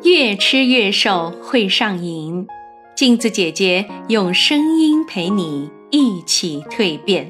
越吃越瘦会上瘾，镜子姐姐用声音陪你一起蜕变。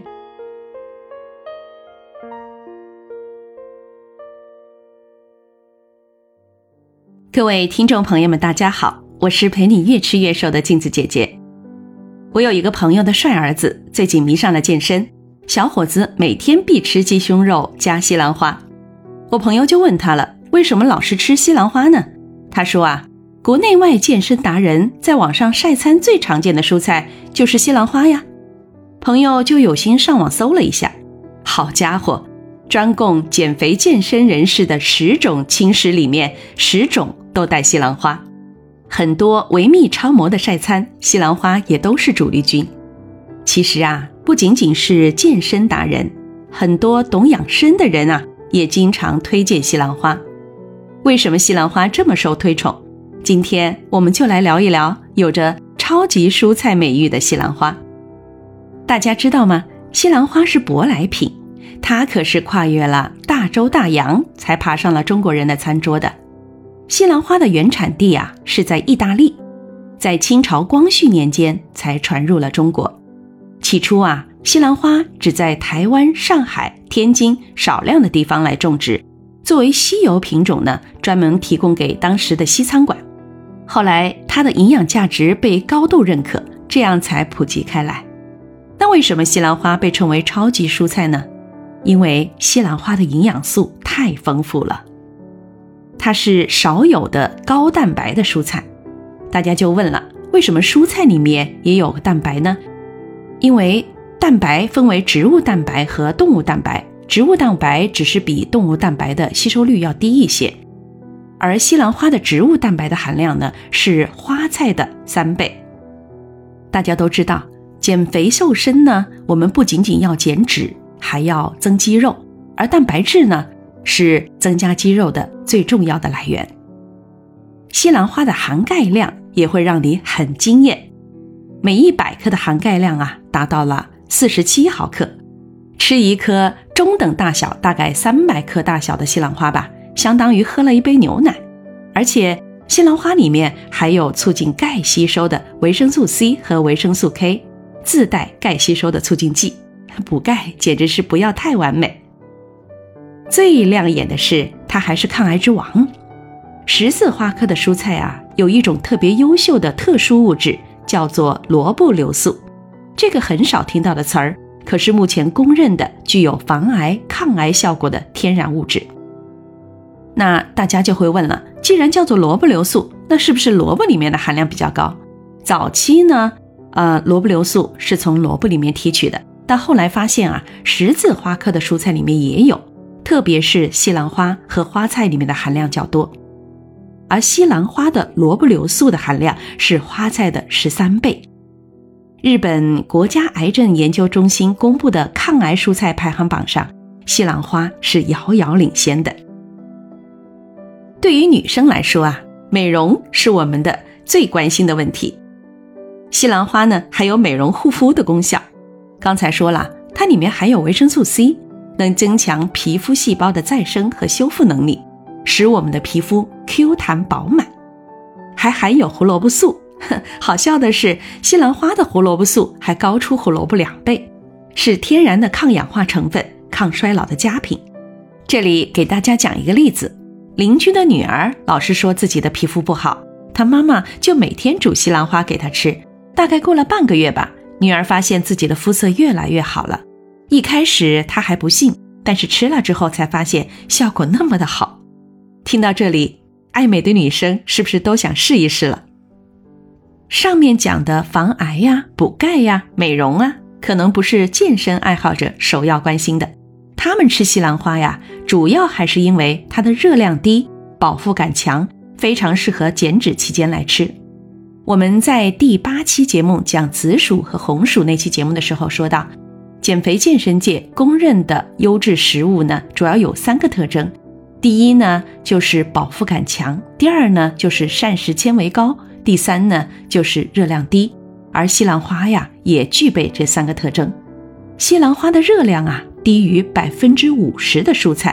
各位听众朋友们大家好，我是陪你越吃越瘦的镜子姐姐。我有一个朋友的帅儿子最近迷上了健身，小伙子每天必吃鸡胸肉加西兰花。我朋友就问他了，为什么老是吃西兰花呢？他说国内外健身达人在网上晒餐最常见的蔬菜就是西兰花呀。朋友就有心上网搜了一下，好家伙，专供减肥健身人士的10种轻食里面10种都带西兰花。很多维密超模的晒餐，西兰花也都是主力军。其实不仅仅是健身达人，很多懂养生的人也经常推荐西兰花。为什么西兰花这么受推崇？今天我们就来聊一聊有着超级蔬菜美誉的西兰花。大家知道吗？西兰花是舶来品，它可是跨越了大洲大洋才爬上了中国人的餐桌的。西兰花的原产地是在意大利，在清朝光绪年间才传入了中国。起初西兰花只在台湾、上海、天津少量的地方来种植，作为稀有品种呢，专门提供给当时的西餐馆。后来它的营养价值被高度认可，这样才普及开来。那为什么西兰花被称为超级蔬菜呢？因为西兰花的营养素太丰富了，它是少有的高蛋白的蔬菜。大家就问了，为什么蔬菜里面也有蛋白呢？因为蛋白分为植物蛋白和动物蛋白，植物蛋白只是比动物蛋白的吸收率要低一些，而西兰花的植物蛋白的含量呢是花菜的3倍。大家都知道，减肥瘦身呢，我们不仅仅要减脂，还要增肌肉，而蛋白质呢是增加肌肉的最重要的来源。西兰花的含钙量也会让你很惊艳，每100克的含钙量达到了47毫克。吃一颗中等大小大概300克大小的西兰花吧，相当于喝了一杯牛奶。而且西兰花里面还有促进钙吸收的维生素 C 和维生素 K， 自带钙吸收的促进剂，补钙简直是不要太完美。最亮眼的是它还是抗癌之王。14花科的蔬菜有一种特别优秀的特殊物质，叫做萝卜硫素。这个很少听到的词儿，可是目前公认的具有防癌抗癌效果的天然物质。那大家就会问了，既然叫做萝卜硫素，那是不是萝卜里面的含量比较高？早期呢萝卜硫素是从萝卜里面提取的，但后来发现十字花科的蔬菜里面也有，特别是西兰花和花菜里面的含量较多。而西兰花的萝卜硫素的含量是花菜的13倍。日本国家癌症研究中心公布的抗癌蔬菜排行榜上，西兰花是遥遥领先的。对于女生来说美容是我们的最关心的问题。西兰花呢还有美容护肤的功效。刚才说了，它里面含有维生素 C， 能增强皮肤细胞的再生和修复能力，使我们的皮肤 Q 弹饱满。还含有胡萝卜素，好笑的是，西兰花的胡萝卜素还高出胡萝卜2倍，是天然的抗氧化成分，抗衰老的佳品。这里给大家讲一个例子，邻居的女儿老是说自己的皮肤不好，她妈妈就每天煮西兰花给她吃，大概过了半个月吧，女儿发现自己的肤色越来越好了。一开始她还不信，但是吃了之后才发现效果那么的好。听到这里，爱美的女生是不是都想试一试了？上面讲的防癌补钙美容可能不是健身爱好者首要关心的。他们吃西兰花主要还是因为它的热量低，饱腹感强，非常适合减脂期间来吃。我们在第8期节目讲紫薯和红薯那期节目的时候说到，减肥健身界公认的优质食物呢，主要有3个特征。第一呢就是饱腹感强，第二呢就是膳食纤维高，第三呢就是热量低。而西兰花也具备这3个特征。西兰花的热量低于50%的蔬菜，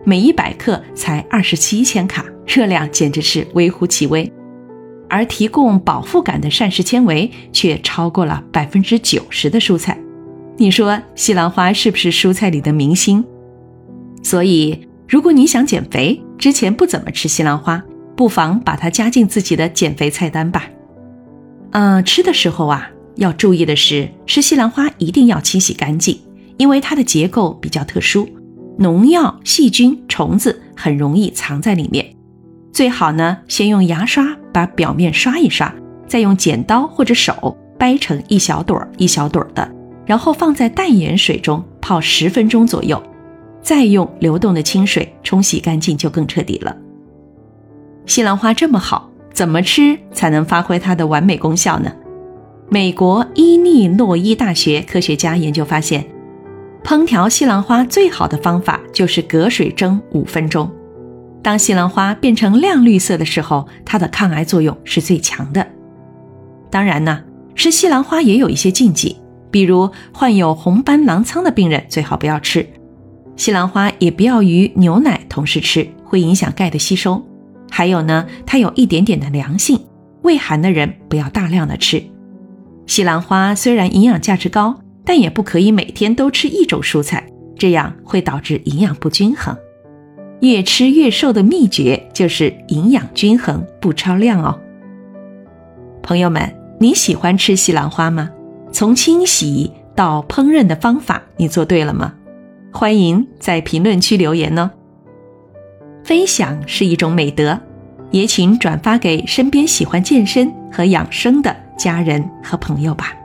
每100克才27千卡，热量简直是微乎其微。而提供饱腹感的膳食纤维却超过了90%的蔬菜。你说西兰花是不是蔬菜里的明星？所以如果你想减肥，之前不怎么吃西兰花，不妨把它加进自己的减肥菜单吧。吃的时候啊，要注意的是，吃西兰花一定要清洗干净，因为它的结构比较特殊，农药、细菌、虫子很容易藏在里面。最好呢，先用牙刷把表面刷一刷，再用剪刀或者手掰成一小朵一小朵的，然后放在淡盐水中泡10分钟左右，再用流动的清水冲洗干净就更彻底了。西兰花这么好，怎么吃才能发挥它的完美功效呢？美国伊利诺伊大学科学家研究发现，烹调西兰花最好的方法就是隔水蒸5分钟。当西兰花变成亮绿色的时候，它的抗癌作用是最强的。当然呢，吃西兰花也有一些禁忌，比如患有红斑狼疮的病人最好不要吃。西兰花也不要与牛奶同时吃，会影响钙的吸收。还有呢，它有一点点的凉性，胃寒的人不要大量的吃。西兰花虽然营养价值高，但也不可以每天都吃一种蔬菜，这样会导致营养不均衡。越吃越瘦的秘诀就是营养均衡，不超量哦。朋友们，你喜欢吃西兰花吗？从清洗到烹饪的方法，你做对了吗？欢迎在评论区留言哦。分享是一种美德，也请转发给身边喜欢健身和养生的家人和朋友吧。